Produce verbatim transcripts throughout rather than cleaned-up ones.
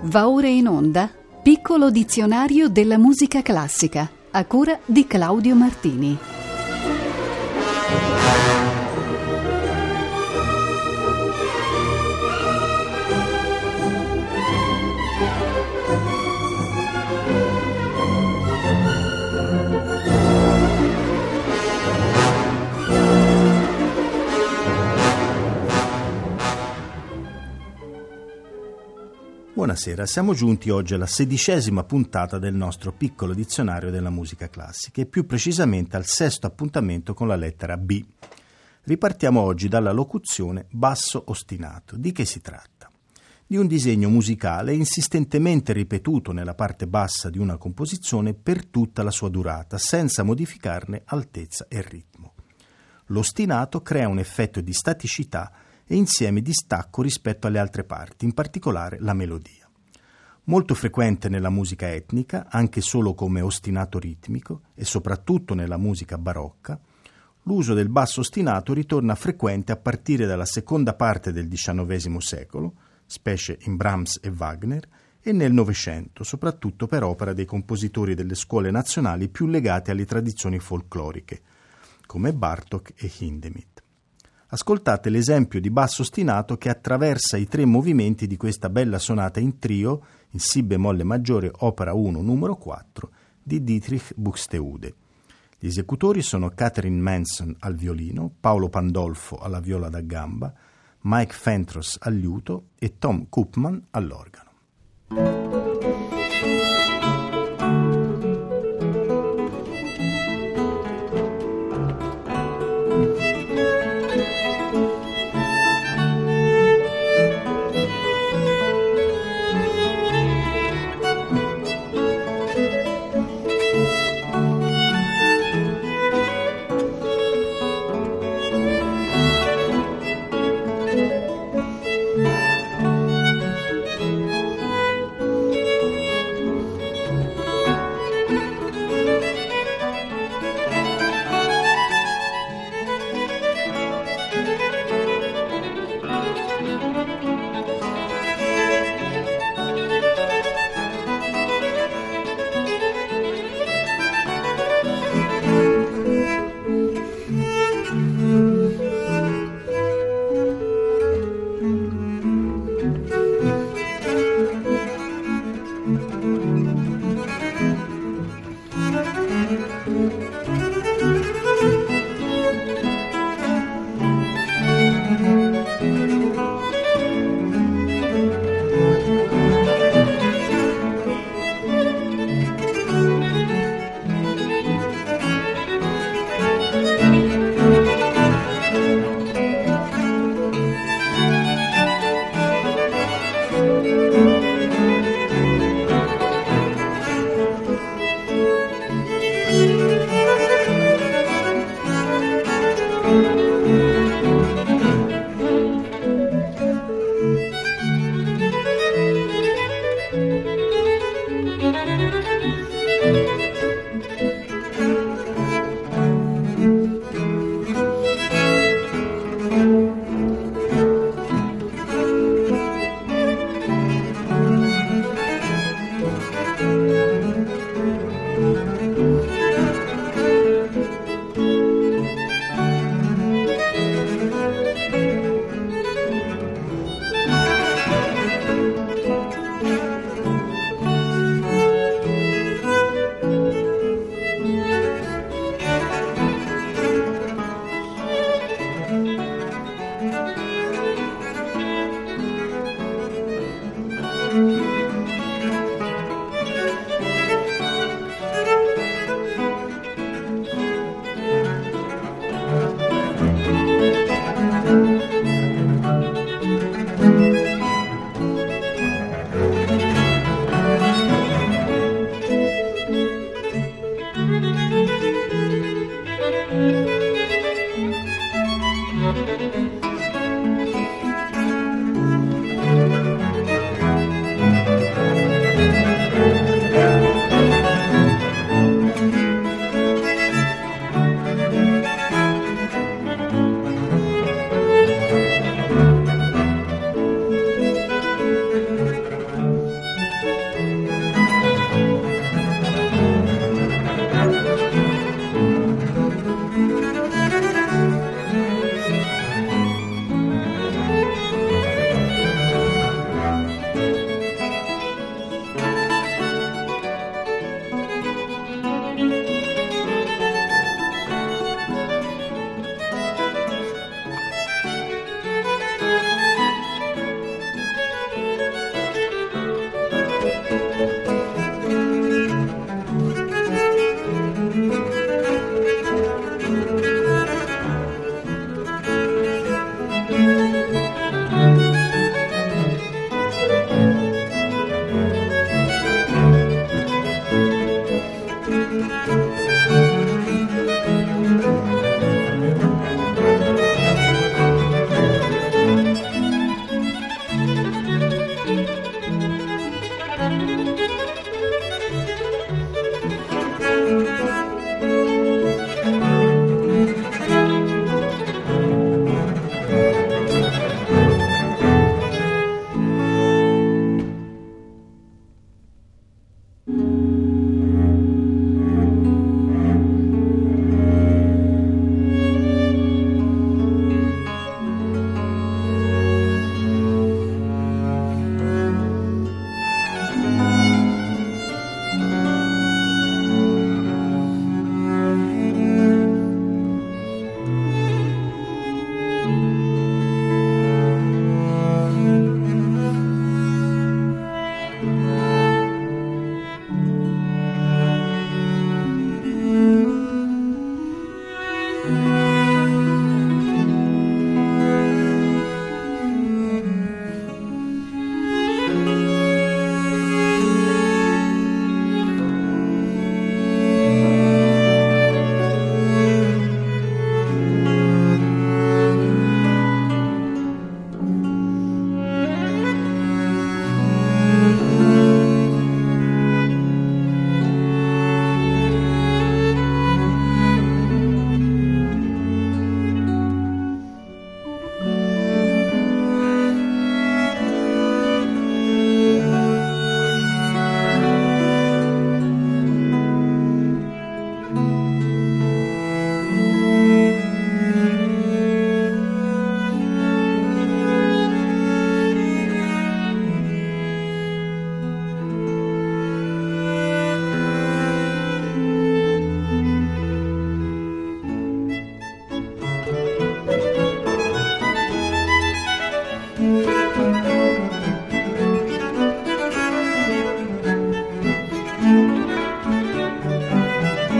Va ora in onda Piccolo dizionario della musica classica, a cura di Claudio Martini. Buonasera, siamo giunti oggi alla sedicesima puntata del nostro piccolo dizionario della musica classica e più precisamente al sesto appuntamento con la lettera B. Ripartiamo oggi dalla locuzione basso ostinato. Di che si tratta? Di un disegno musicale insistentemente ripetuto nella parte bassa di una composizione per tutta la sua durata, senza modificarne altezza e ritmo. L'ostinato crea un effetto di staticità e insieme di stacco rispetto alle altre parti, in particolare la melodia. Molto frequente nella musica etnica, anche solo come ostinato ritmico, e soprattutto nella musica barocca, l'uso del basso ostinato ritorna frequente a partire dalla seconda parte del diciannovesimo secolo, specie in Brahms e Wagner, e nel Novecento, soprattutto per opera dei compositori delle scuole nazionali più legate alle tradizioni folcloriche, come Bartók e Hindemith. Ascoltate l'esempio di basso ostinato che attraversa i tre movimenti di questa bella sonata in trio, in Si bemolle maggiore, opera uno, numero quattro, di Dietrich Buxtehude. Gli esecutori sono Catherine Manson al violino, Paolo Pandolfo alla viola da gamba, Mike Fentros al liuto e Tom Koopman all'organo.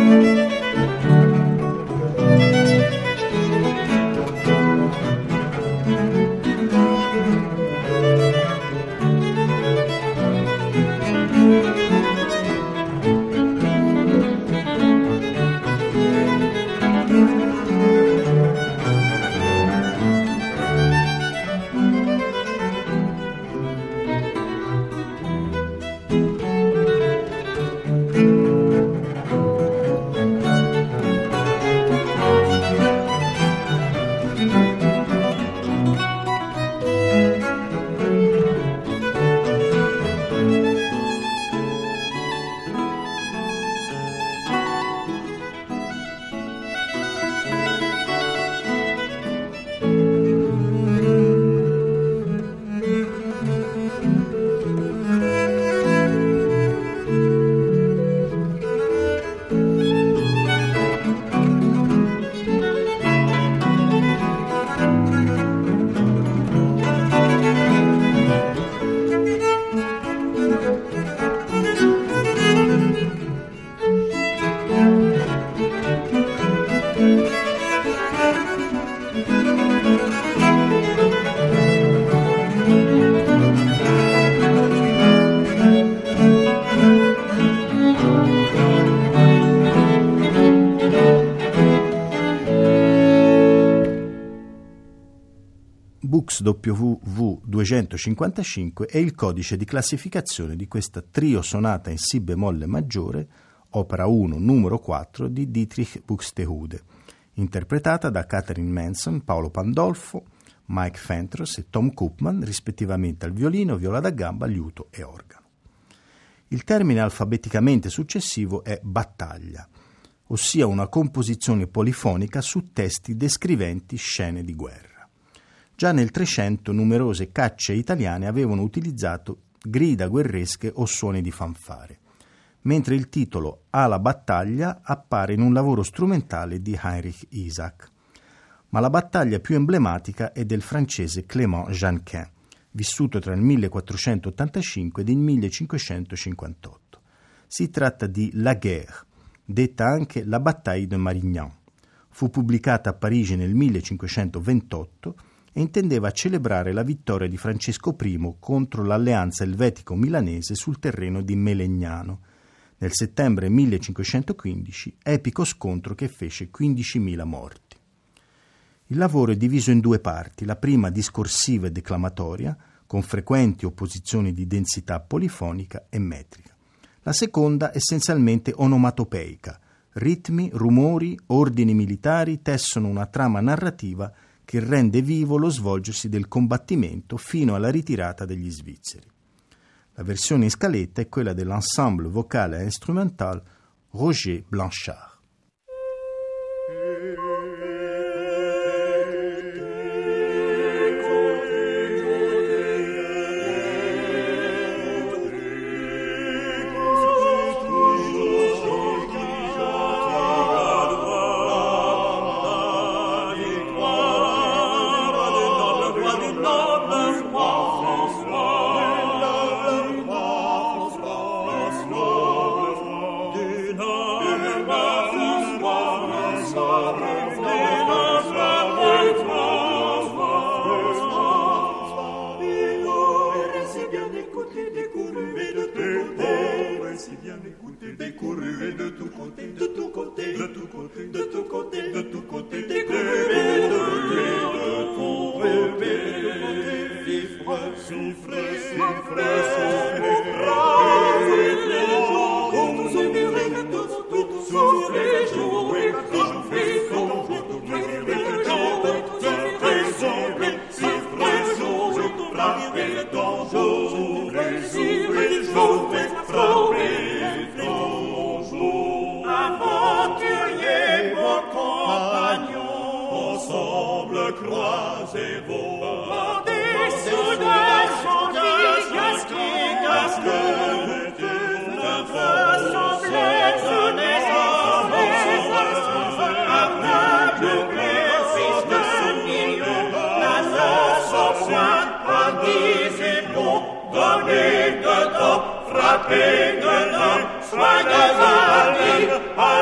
Bux W V duecentocinquantacinque è il codice di classificazione di questa trio sonata in Si bemolle maggiore, opera uno, numero quattro di Dietrich Buxtehude, interpretata da Catherine Manson, Paolo Pandolfo, Mike Fentros e Tom Koopman, rispettivamente al violino, viola da gamba, liuto e organo. Il termine alfabeticamente successivo è battaglia, ossia una composizione polifonica su testi descriventi scene di guerra. Già nel Trecento numerose cacce italiane avevano utilizzato grida guerresche o suoni di fanfare, mentre il titolo Alla battaglia appare in un lavoro strumentale di Heinrich Isaac. Ma la battaglia più emblematica è del francese Clément Janquin, vissuto tra il millequattrocentottantacinque ed il millecinquecentocinquantotto. Si tratta di La Guerre, detta anche La bataille de Marignan. Fu pubblicata a Parigi nel millecinquecentoventotto e intendeva celebrare la vittoria di Francesco I contro l'alleanza elvetico-milanese sul terreno di Melegnano, nel settembre millecinquecentoquindici, epico scontro che fece quindicimila morti. Il lavoro è diviso in due parti, la prima discorsiva e declamatoria, con frequenti opposizioni di densità polifonica e metrica. La seconda essenzialmente onomatopeica, ritmi, rumori, ordini militari tessono una trama narrativa che rende vivo lo svolgersi del combattimento fino alla ritirata degli svizzeri. La versione in scaletta è quella dell'ensemble vocale e instrumental Roger Blanchard. Frappez dedans, soyez à vie,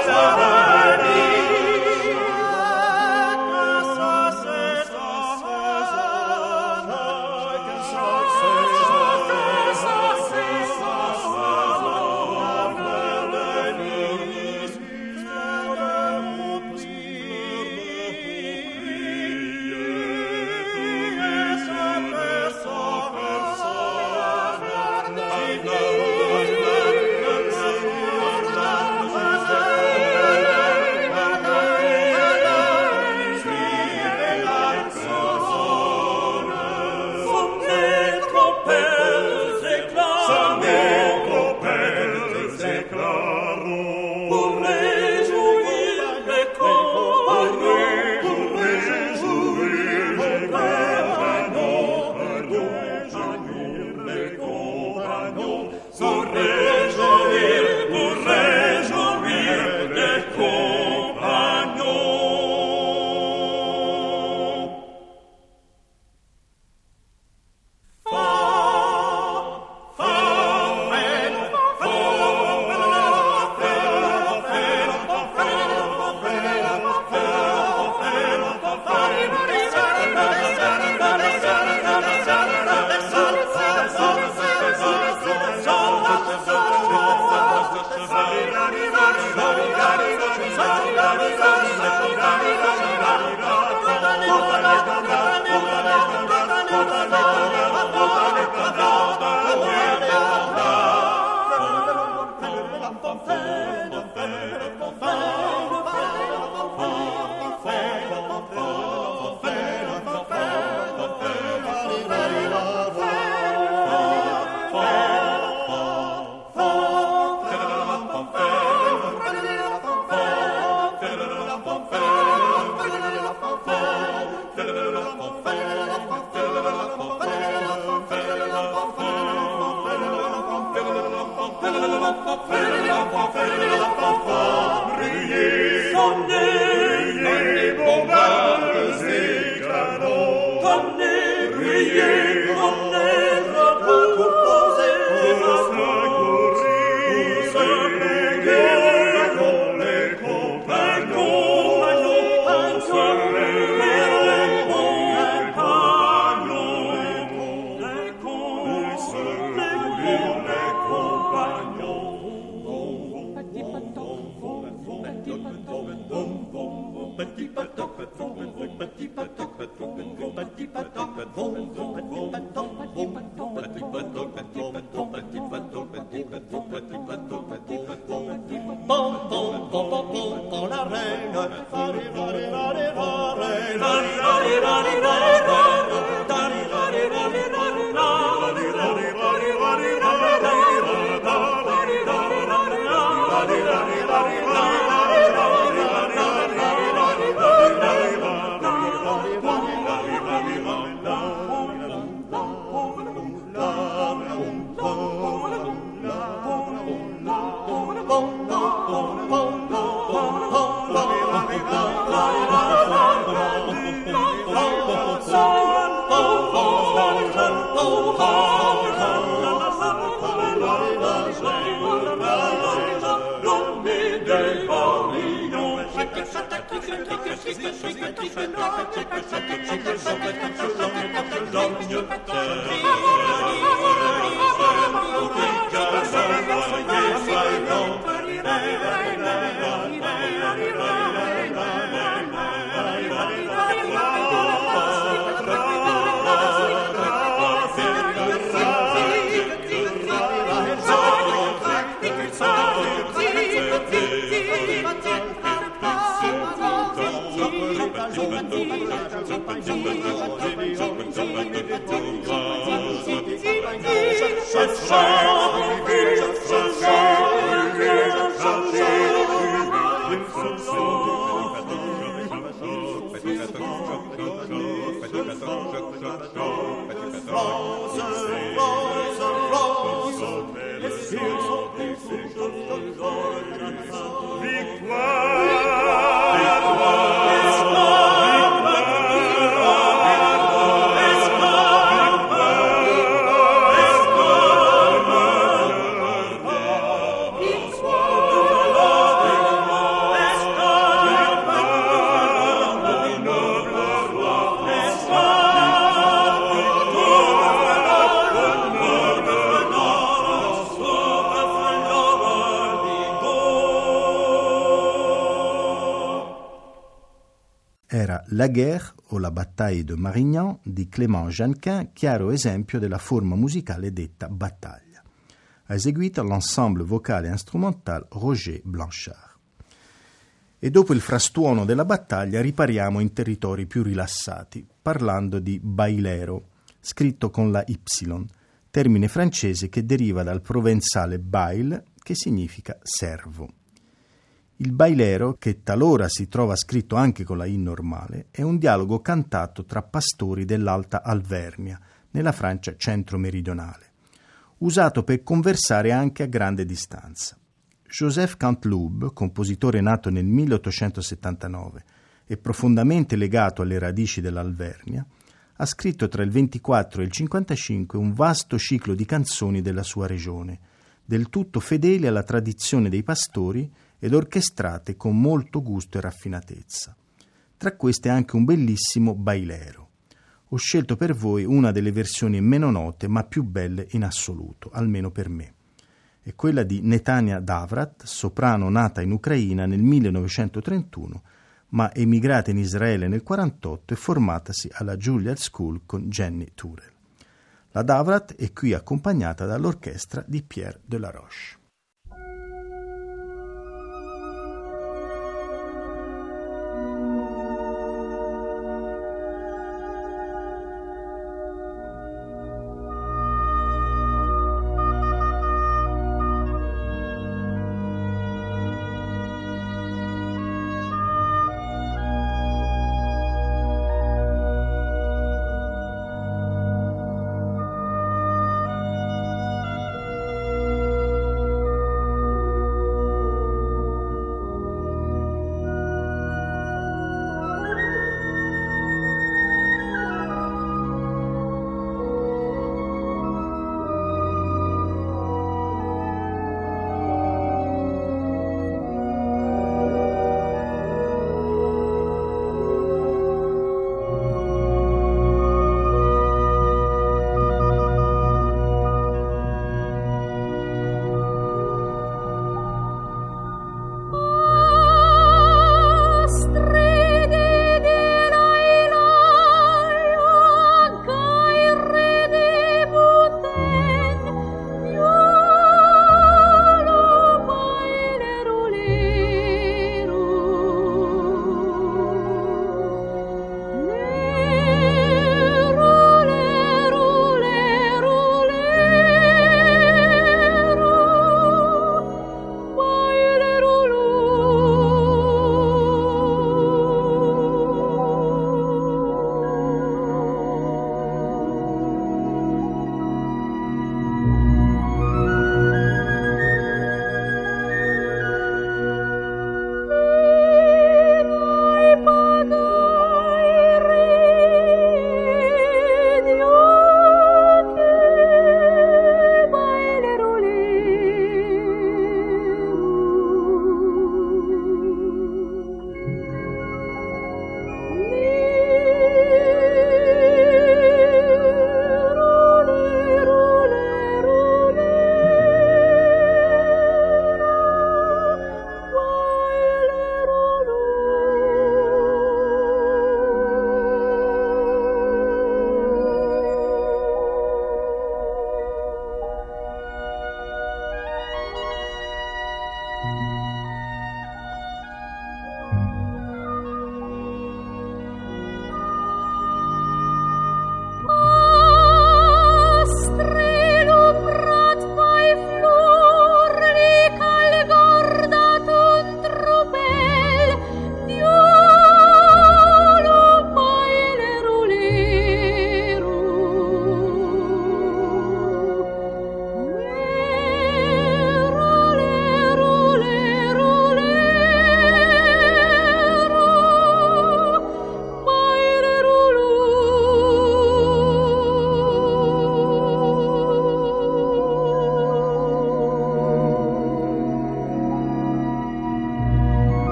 Era La guerre o la bataille de Marignan di Clément Jeanquin, chiaro esempio della forma musicale detta battaglia. Ha eseguito l'ensemble vocale e strumentale Roger Blanchard. E dopo il frastuono della battaglia ripariamo in territori più rilassati, parlando di bailero, scritto con la Y, termine francese che deriva dal provenzale bail, che significa servo. Il bailero, che talora si trova scritto anche con la I normale, è un dialogo cantato tra pastori dell'Alta Alvernia, nella Francia centro-meridionale, usato per conversare anche a grande distanza. Joseph Canteloube, compositore nato nel milleottocentosettantanove e profondamente legato alle radici dell'Alvernia, ha scritto tra il ventiquattro e il cinquantacinque un vasto ciclo di canzoni della sua regione, del tutto fedeli alla tradizione dei pastori ed orchestrate con molto gusto e raffinatezza. Tra queste anche un bellissimo bailero. Ho scelto per voi una delle versioni meno note ma più belle in assoluto, almeno per me. È quella di Netanya Davrat, soprano nata in Ucraina nel millenovecentotrentuno, ma emigrata in Israele nel quarantotto e formatasi alla Juilliard School con Jenny Turel. La Davrat è qui accompagnata dall'orchestra di Pierre Delaroche.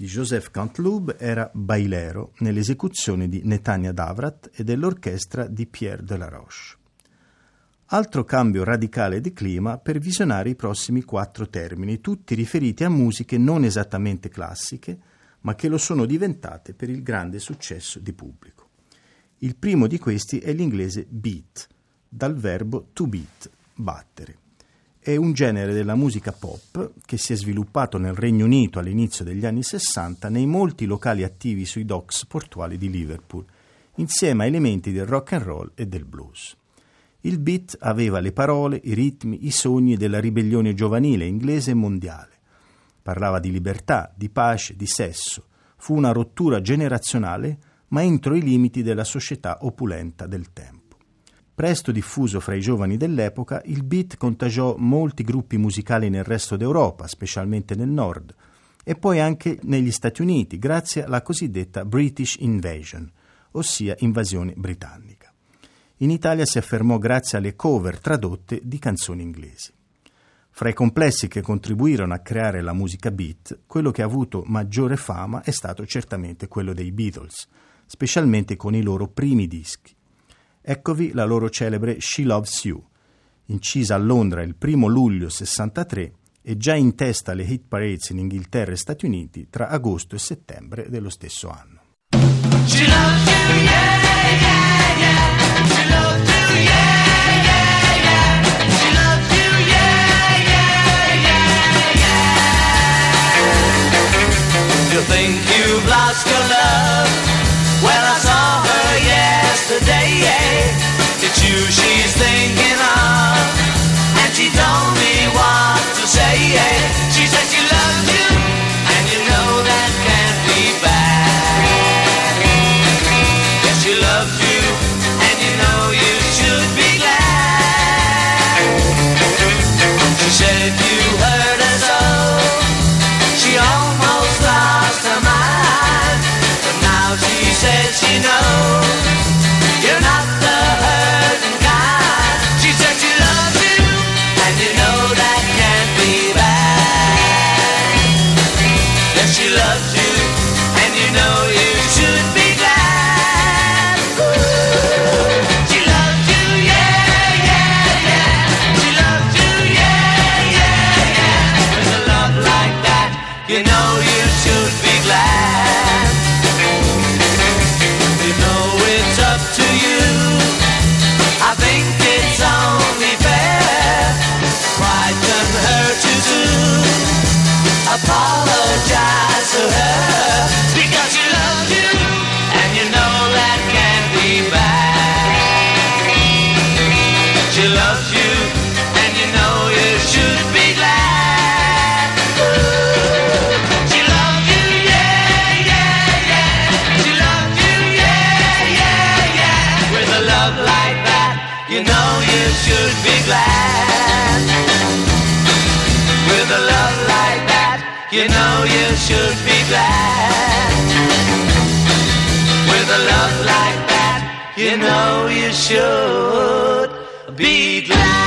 di Joseph Canteloube era Bailero nell'esecuzione di Netanya Davrat e dell'orchestra di Pierre Delaroche. Altro cambio radicale di clima per visionare i prossimi quattro termini, tutti riferiti a musiche non esattamente classiche, ma che lo sono diventate per il grande successo di pubblico. Il primo di questi è l'inglese beat, dal verbo to beat, battere. È un genere della musica pop che si è sviluppato nel Regno Unito all'inizio degli anni sessanta nei molti locali attivi sui docks portuali di Liverpool, insieme a elementi del rock and roll e del blues. Il beat aveva le parole, i ritmi, i sogni della ribellione giovanile inglese e mondiale. Parlava di libertà, di pace, di sesso. Fu una rottura generazionale, ma entro i limiti della società opulenta del tempo. Presto diffuso fra i giovani dell'epoca, il beat contagiò molti gruppi musicali nel resto d'Europa, specialmente nel nord, e poi anche negli Stati Uniti, grazie alla cosiddetta British Invasion, ossia invasione britannica. In Italia si affermò grazie alle cover tradotte di canzoni inglesi. Fra i complessi che contribuirono a creare la musica beat, quello che ha avuto maggiore fama è stato certamente quello dei Beatles, specialmente con i loro primi dischi. Eccovi la loro celebre She Loves You, incisa a Londra il primo luglio sessantatré e già in testa alle hit parades in Inghilterra e Stati Uniti tra agosto e settembre dello stesso anno. She loves you, yeah, yeah, yeah. She loves you, yeah, yeah, yeah. She loves you, yeah, yeah, yeah, yeah. You think you've lost your love? Well, I saw her yesterday, it's you she's thinking of, and she told me what to say, she said she loves you, and you know that can't be bad, yes she loves you, and you know you should be glad, she said you hurt her so, she almost lost her mind, but now she says she knows you're not the hurting kind. She said she loves you, and you know that can't be bad. Yes, she loves you, and you know you should be glad. Ooh. She loves you, yeah, yeah, yeah. She loves you, yeah, yeah, yeah. With a love like that, you know you should be glad. You know it's up to you. I think it's only fair. Pride can hurt you too. Apologize to her because she loves you, and you know that can't be bad. She loves you, and you know you should be glad. Ooh. She loves you, yeah, yeah, yeah. She loves you, yeah, yeah, yeah. With a love like that, you know you should be glad. With a love like that, you know you should be glad. With a love like that, you know you should be glad.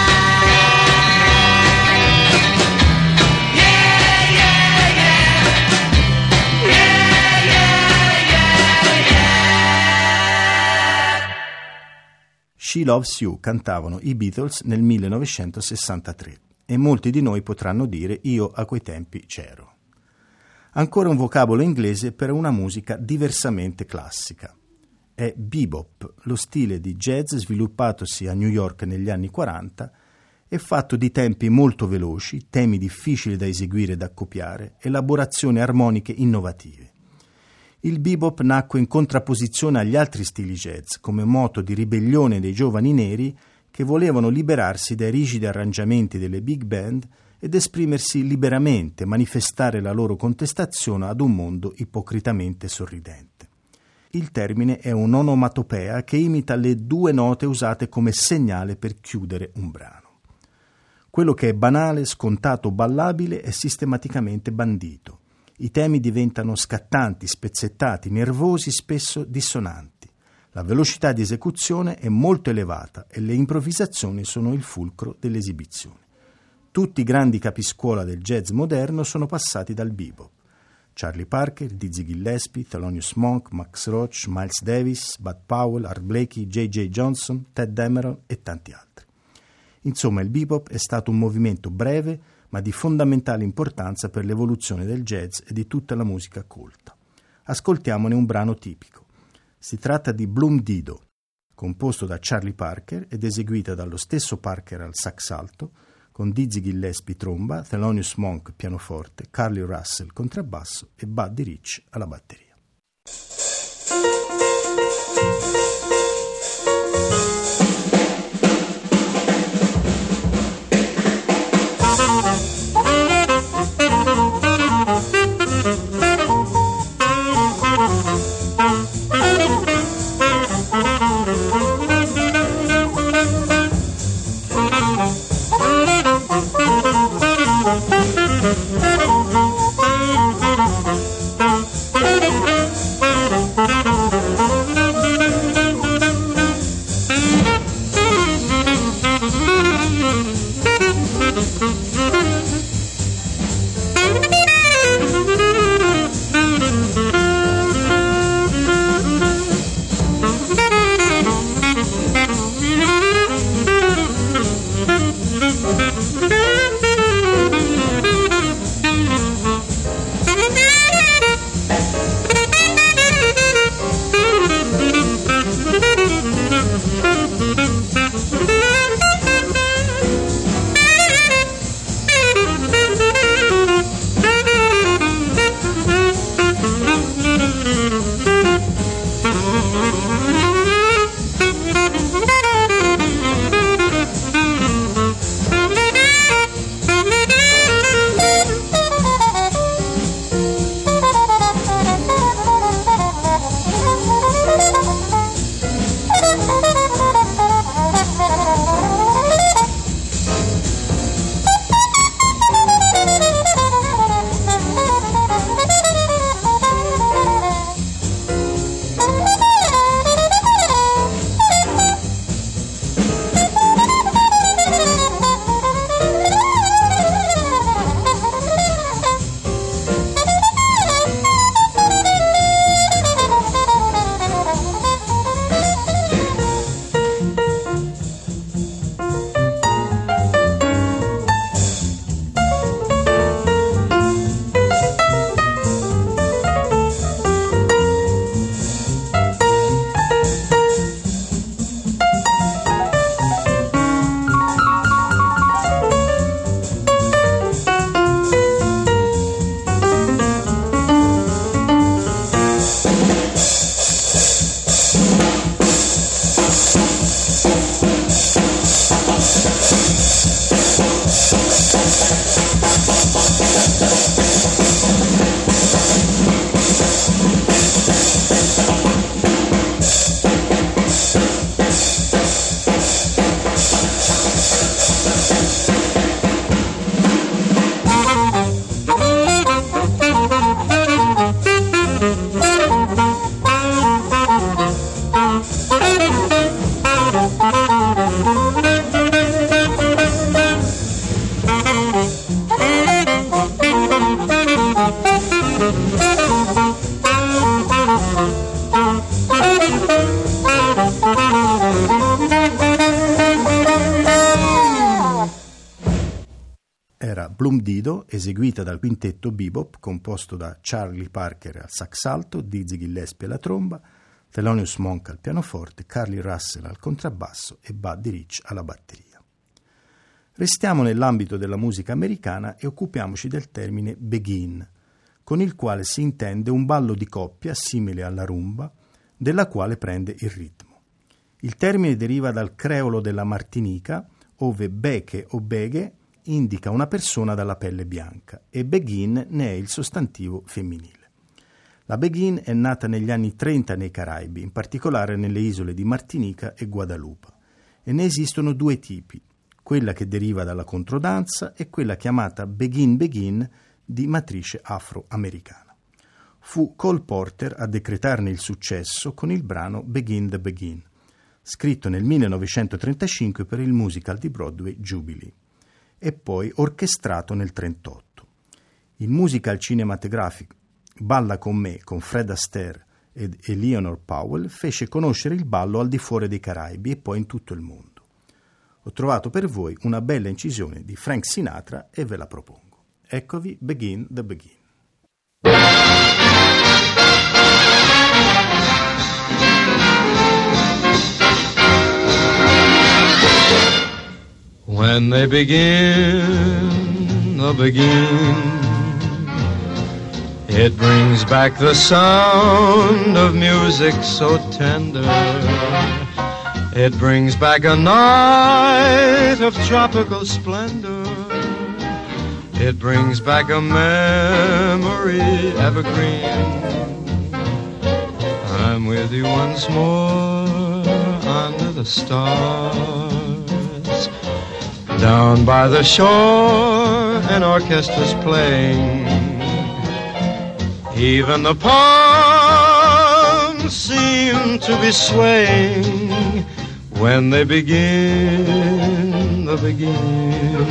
She Loves You cantavano i Beatles nel millenovecentosessantatré e molti di noi potranno dire io a quei tempi c'ero. Ancora un vocabolo inglese per una musica diversamente classica. È bebop, lo stile di jazz sviluppatosi a New York negli anni quaranta e fatto di tempi molto veloci, temi difficili da eseguire e da copiare, elaborazioni armoniche innovative. Il bebop nacque in contrapposizione agli altri stili jazz, come moto di ribellione dei giovani neri che volevano liberarsi dai rigidi arrangiamenti delle big band ed esprimersi liberamente, manifestare la loro contestazione ad un mondo ipocritamente sorridente. Il termine è un'onomatopea che imita le due note usate come segnale per chiudere un brano. Quello che è banale, scontato, ballabile è sistematicamente bandito. I temi diventano scattanti, spezzettati, nervosi, spesso dissonanti. La velocità di esecuzione è molto elevata e le improvvisazioni sono il fulcro dell'esibizione. Tutti i grandi capiscuola del jazz moderno sono passati dal bebop. Charlie Parker, Dizzy Gillespie, Thelonious Monk, Max Roach, Miles Davis, Bud Powell, Art Blakey, J J Johnson, Ted Dameron e tanti altri. Insomma, il bebop è stato un movimento breve ma di fondamentale importanza per l'evoluzione del jazz e di tutta la musica colta. Ascoltiamone un brano tipico. Si tratta di Bloom Dido, composto da Charlie Parker ed eseguita dallo stesso Parker al sax alto, con Dizzy Gillespie tromba, Thelonious Monk pianoforte, Carly Russell contrabbasso e Buddy Rich alla batteria. Era Bloom Dido, eseguita dal quintetto bebop composto da Charlie Parker al sax alto, Dizzy Gillespie alla tromba, Thelonious Monk al pianoforte, Carly Russell al contrabbasso e Buddy Rich alla batteria. Restiamo nell'ambito della musica americana e occupiamoci del termine begin, con il quale si intende un ballo di coppia simile alla rumba, della quale prende il ritmo. Il termine deriva dal creolo della Martinica, ove beche o beghe indica una persona dalla pelle bianca e begin ne è il sostantivo femminile. La begin è nata negli anni trenta nei Caraibi, in particolare nelle isole di Martinica e Guadalupe, e ne esistono due tipi, quella che deriva dalla controdanza e quella chiamata begin begin di matrice afroamericana. Fu Cole Porter a decretarne il successo con il brano Begin the Begin, scritto nel millenovecentotrentacinque per il musical di Broadway Jubilee, e poi orchestrato nel trentotto. Il musical cinematografico Balla con me con Fred Astaire ed Eleanor Powell fece conoscere il ballo al di fuori dei Caraibi e poi in tutto il mondo. Ho trovato per voi una bella incisione di Frank Sinatra e ve la propongo. Eccovi Begin the Begin. When they begin the begin, it brings back the sound of music so tender. It brings back a night of tropical splendor. It brings back a memory evergreen. I'm with you once more under the stars. Down by the shore an orchestra's playing. Even the palms seem to be swaying when they begin the begin.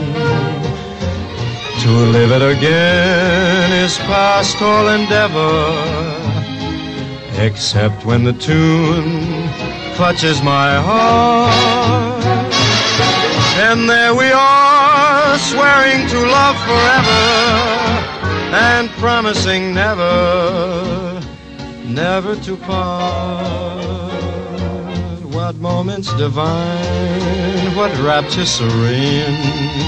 To live it again is past all endeavor, except when the tune clutches my heart. And there we are, swearing to love forever and promising never, never to part. What moments divine, what rapture serene,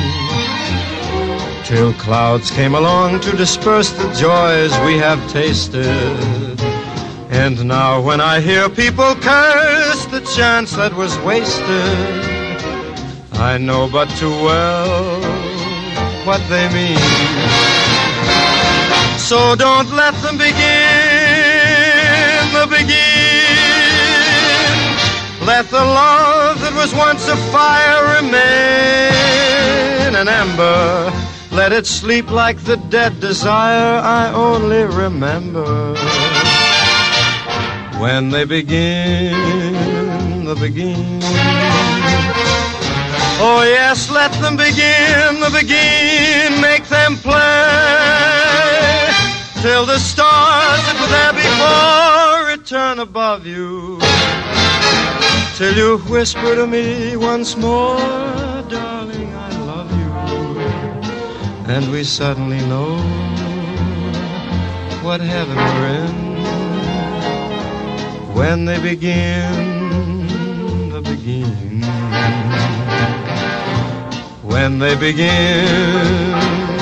till clouds came along to disperse the joys we have tasted. And now when I hear people curse the chance that was wasted, I know but too well what they mean. So don't let them begin the begin. Let the love that was once a fire remain an ember. Let it sleep like the dead desire I only remember. When they begin the begin. Oh yes, let them begin the begin, make them play, till the stars that were there before return above you, till you whisper to me once more, darling, I love you, and we suddenly know what heaven we're in, when they begin the begin. When they begin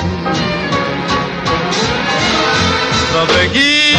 the begin.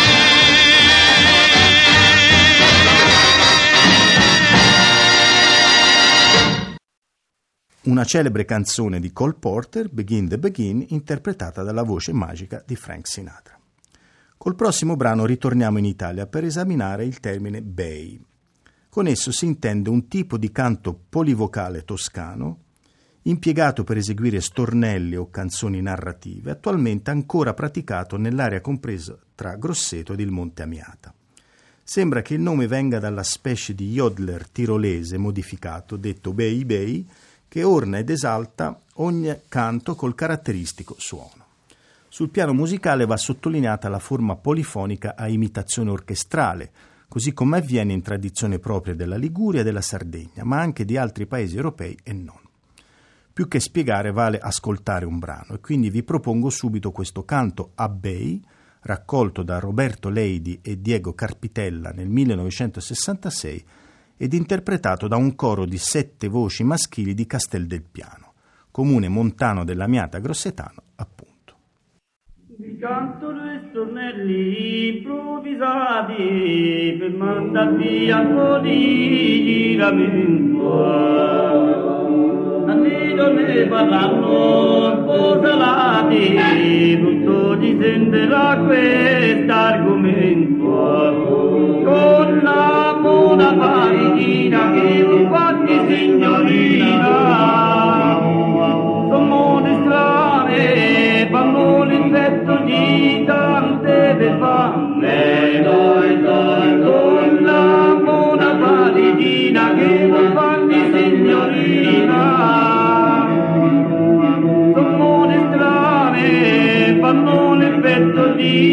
Una celebre canzone di Cole Porter, Begin the Begin, interpretata dalla voce magica di Frank Sinatra. Col prossimo brano ritorniamo in Italia per esaminare il termine bei. Con esso si intende un tipo di canto polivocale toscano impiegato per eseguire stornelli o canzoni narrative, attualmente ancora praticato nell'area compresa tra Grosseto ed il Monte Amiata. Sembra che il nome venga dalla specie di jodler tirolese modificato, detto bei bei, che orna ed esalta ogni canto col caratteristico suono. Sul piano musicale va sottolineata la forma polifonica a imitazione orchestrale, così come avviene in tradizione propria della Liguria e della Sardegna, ma anche di altri paesi europei e non. Più che spiegare vale ascoltare un brano e quindi vi propongo subito questo canto a bei, raccolto da Roberto Leidi e Diego Carpitella nel millenovecentosessantasei ed interpretato da un coro di sette voci maschili di Castel del Piano, comune montano dell'Amiata grossetano, appunto. Vi canto due stornelli improvvisati per mandar via un po' di giramento. Anni donne parlano un po' salati, tutto di sentirà quest'argomento. Con la buona paridina che mi fatti signorina, sono di strane, fanno l'effetto di tante befande. Con la buona paridina che mi fatti signorina, fanno l'effetto di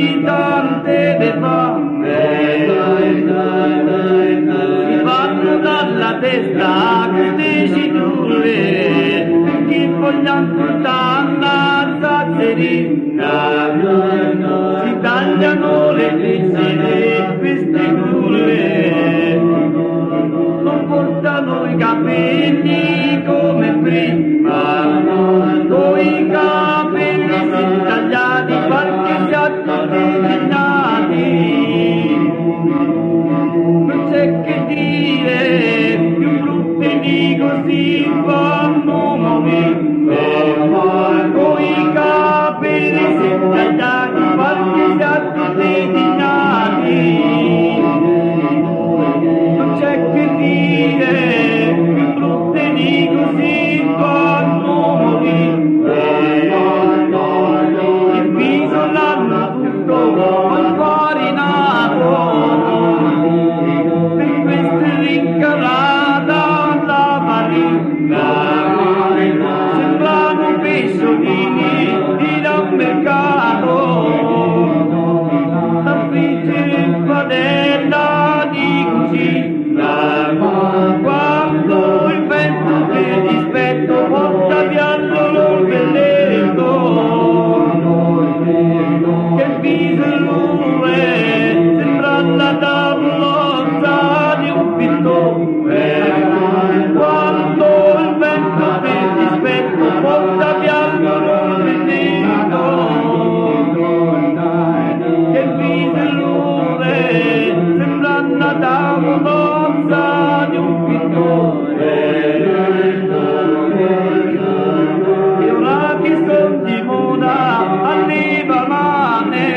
dici tu che vogliamo tanta zazzerina, si tagliano le tessere queste culle, non portano i capelli come prima, con i capelli si tagliati qualche giatto disegnati. Non c'è che dire, più brutte di così fanno morire, con i capelli si tagliati qualche giatto disegnati. Non c'è che dire, più brutte di così fanno morire, il viso l'hanno tutto infarinato. Rincarata la marina, sembrano pesciolini di da un mercato, la friggere padella di cucina, quando il vento che dispetto porta via il loro velletto, che il viso lure sembra la tavolozza di un pittore, quando il vento del dispetto porta via il loro velletto, che il viso lure sembra la tavolozza di un pittore. E ora che son di moda arriva mane,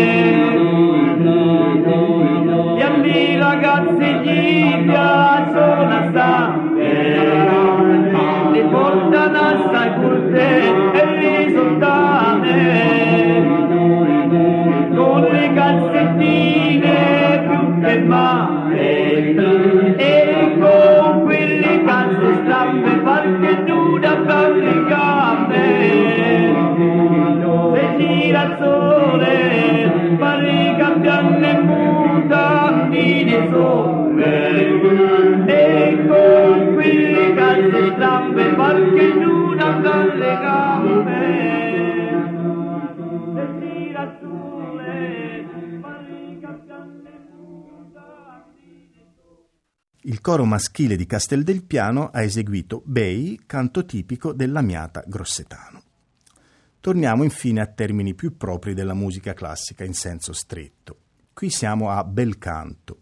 e a me ragazzi gli piacciono assai, le portano assai corte e risultate, con le calzettine più che mai, e con quelle calze strambe qualche nuda per le gambe, se gira il sole pare cambiano le mutandine sole, e con quelle calze strambe qualche nuda per le gambe, se gira il sole pare cambiano le mutandine sole. Il coro maschile di Castel del Piano ha eseguito Bei, canto tipico del Lamiata grossetano. Torniamo infine a termini più propri della musica classica in senso stretto. Qui siamo a bel canto.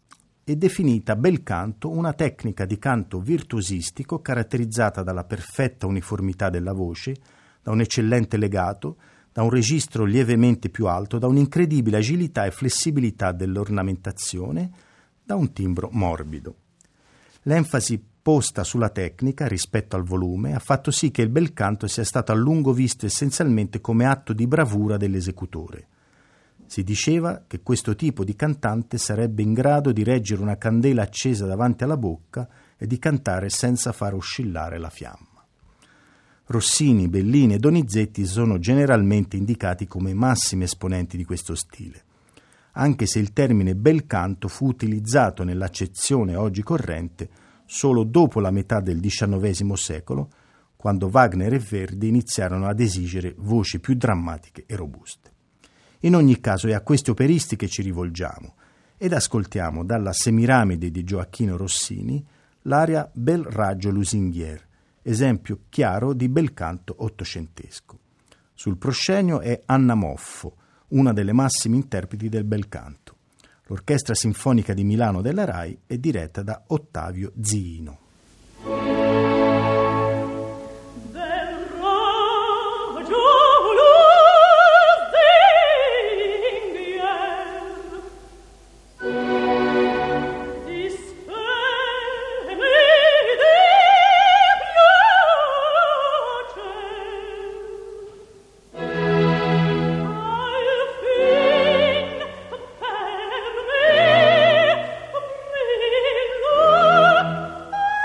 È definita bel canto una tecnica di canto virtuosistico caratterizzata dalla perfetta uniformità della voce, da un eccellente legato, da un registro lievemente più alto, da un'incredibile agilità e flessibilità dell'ornamentazione, da un timbro morbido. L'enfasi posta sulla tecnica rispetto al volume ha fatto sì che il bel canto sia stato a lungo visto essenzialmente come atto di bravura dell'esecutore. Si diceva che questo tipo di cantante sarebbe in grado di reggere una candela accesa davanti alla bocca e di cantare senza far oscillare la fiamma. Rossini, Bellini e Donizetti sono generalmente indicati come massimi esponenti di questo stile, anche se il termine bel canto fu utilizzato nell'accezione oggi corrente solo dopo la metà del diciannovesimo secolo, quando Wagner e Verdi iniziarono ad esigere voci più drammatiche e robuste. In ogni caso è a questi operisti che ci rivolgiamo ed ascoltiamo dalla Semiramide di Gioacchino Rossini l'aria Bel raggio lusinghier, esempio chiaro di bel canto ottocentesco. Sul proscenio è Anna Moffo, una delle massime interpreti del bel canto. L'Orchestra Sinfonica di Milano della RAI è diretta da Ottavio Ziino. Oh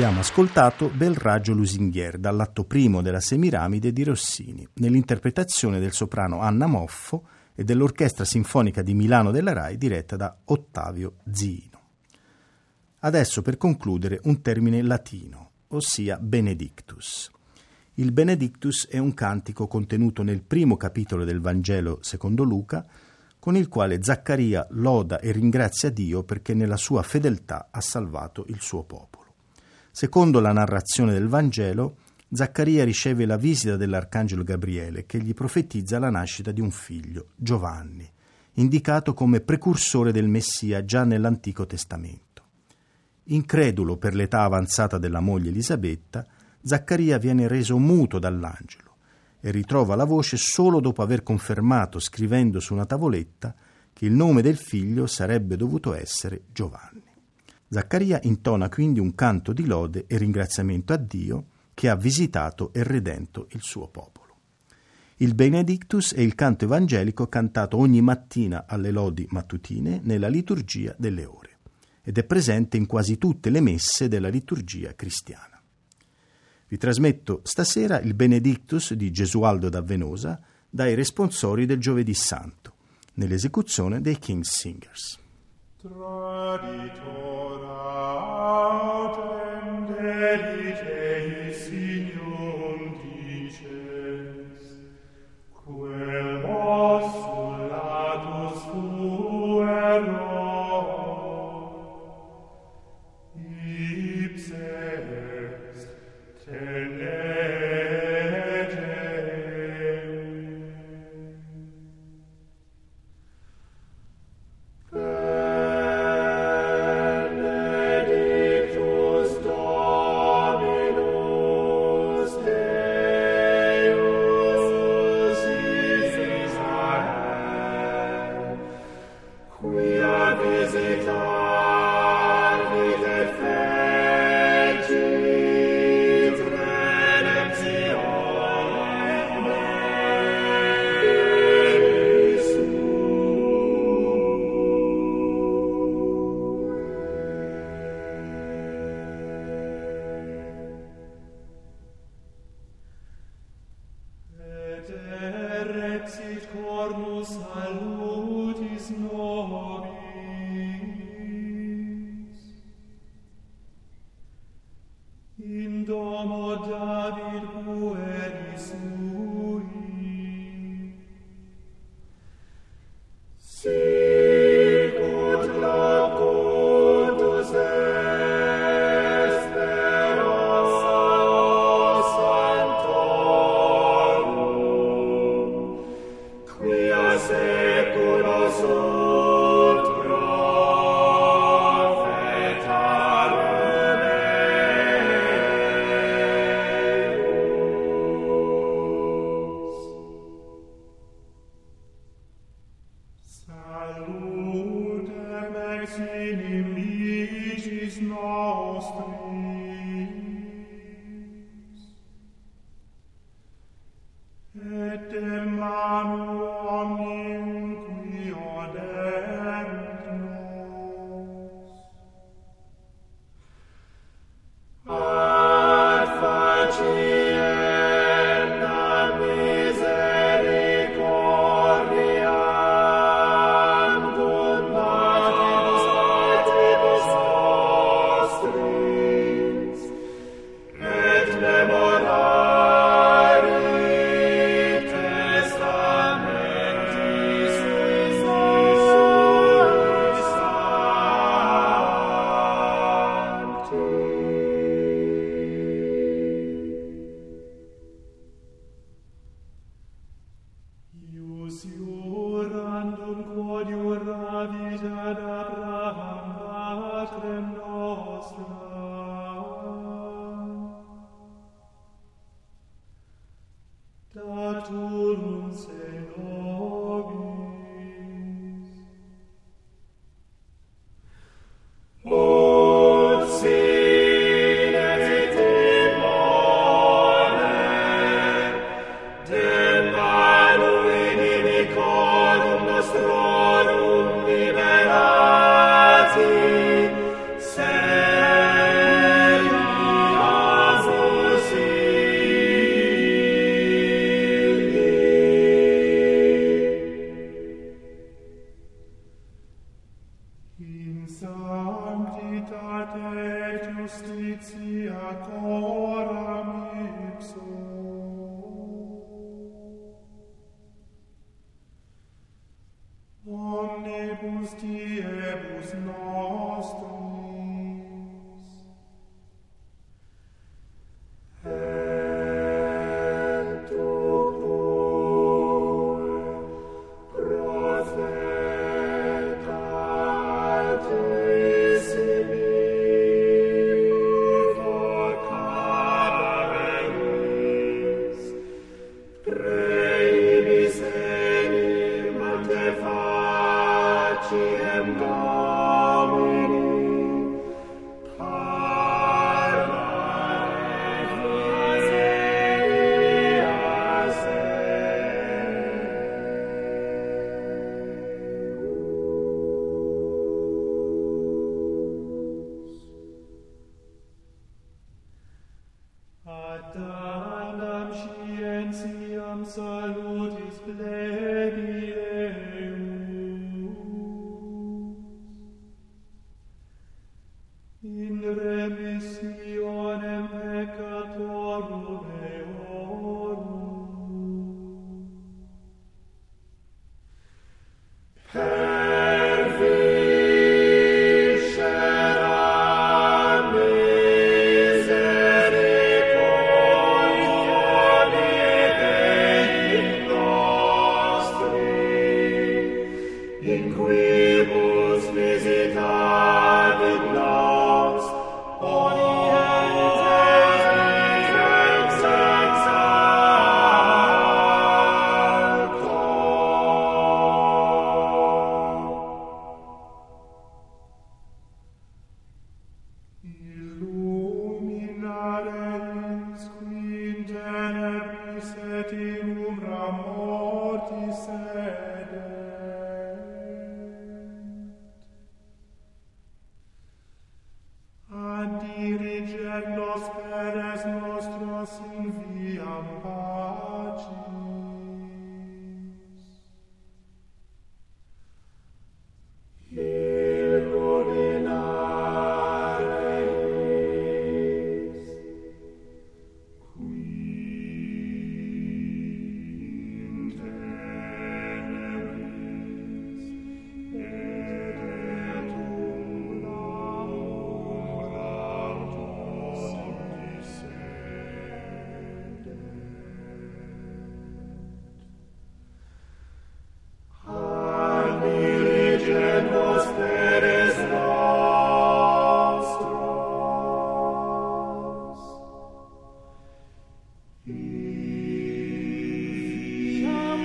Abbiamo ascoltato Bel raggio lusinghier dall'atto primo della Semiramide di Rossini, nell'interpretazione del soprano Anna Moffo e dell'Orchestra Sinfonica di Milano della Rai diretta da Ottavio Ziino. Adesso, per concludere, un termine latino, ossia Benedictus. Il Benedictus è un cantico contenuto nel primo capitolo del Vangelo secondo Luca, con il quale Zaccaria loda e ringrazia Dio perché nella sua fedeltà ha salvato il suo popolo. Secondo la narrazione del Vangelo, Zaccaria riceve la visita dell'arcangelo Gabriele che gli profetizza la nascita di un figlio, Giovanni, indicato come precursore del Messia già nell'Antico Testamento. Incredulo per l'età avanzata della moglie Elisabetta, Zaccaria viene reso muto dall'angelo e ritrova la voce solo dopo aver confermato, scrivendo su una tavoletta, che il nome del figlio sarebbe dovuto essere Giovanni. Zaccaria intona quindi un canto di lode e ringraziamento a Dio che ha visitato e redento il suo popolo. Il Benedictus è il canto evangelico cantato ogni mattina alle lodi mattutine nella liturgia delle ore ed è presente in quasi tutte le messe della liturgia cristiana. Vi trasmetto stasera il Benedictus di Gesualdo da Venosa dai responsori del Giovedì Santo, nell'esecuzione dei King's Singers. Traditora autem delite signum dices, quel postulatus fuero, ipse est tenere. Liberati, sei diebus nostris. Et tu profeta altissimi vocaveris, preibis enim ante faciem Domini, Adamam scientiam salutis plebieus, in remissionem peccatorum eorum, per viscera misericordiae Dei nostri, in quibus visitavit nos omnienses ex alto. Illuminare qui in tenebris et in umbra mortis sedet, ad dirigere nos peres nostros in viam pacis. Illuminare qui in tenebris et et umbra mortis sedet. Ad dirigere nos peres nostros in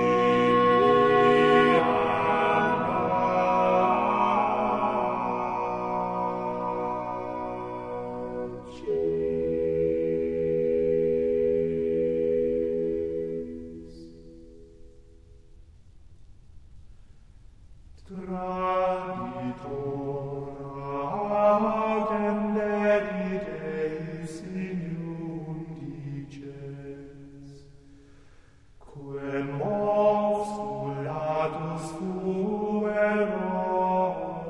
Traditor agendere Deus in dices, quem obscuratus fuero,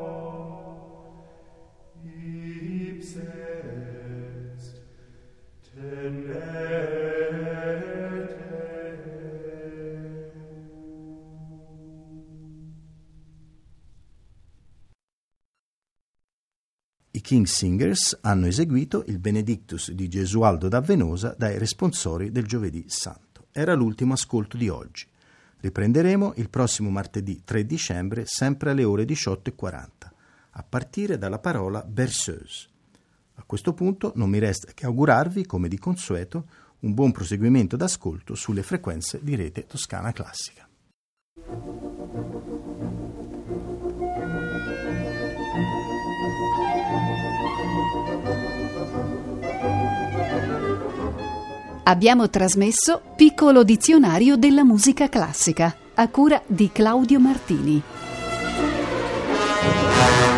ipse est tenete. I King Singers hanno eseguito il Benedictus di Gesualdo da Venosa dai Responsori del Giovedì Santo. Era l'ultimo ascolto di oggi. Riprenderemo il prossimo martedì tre dicembre, sempre alle ore diciotto e quaranta, a partire dalla parola berceuse. A questo punto non mi resta che augurarvi, come di consueto, un buon proseguimento d'ascolto sulle frequenze di Rete Toscana Classica. Abbiamo trasmesso Piccolo dizionario della musica classica, a cura di Claudio Martini.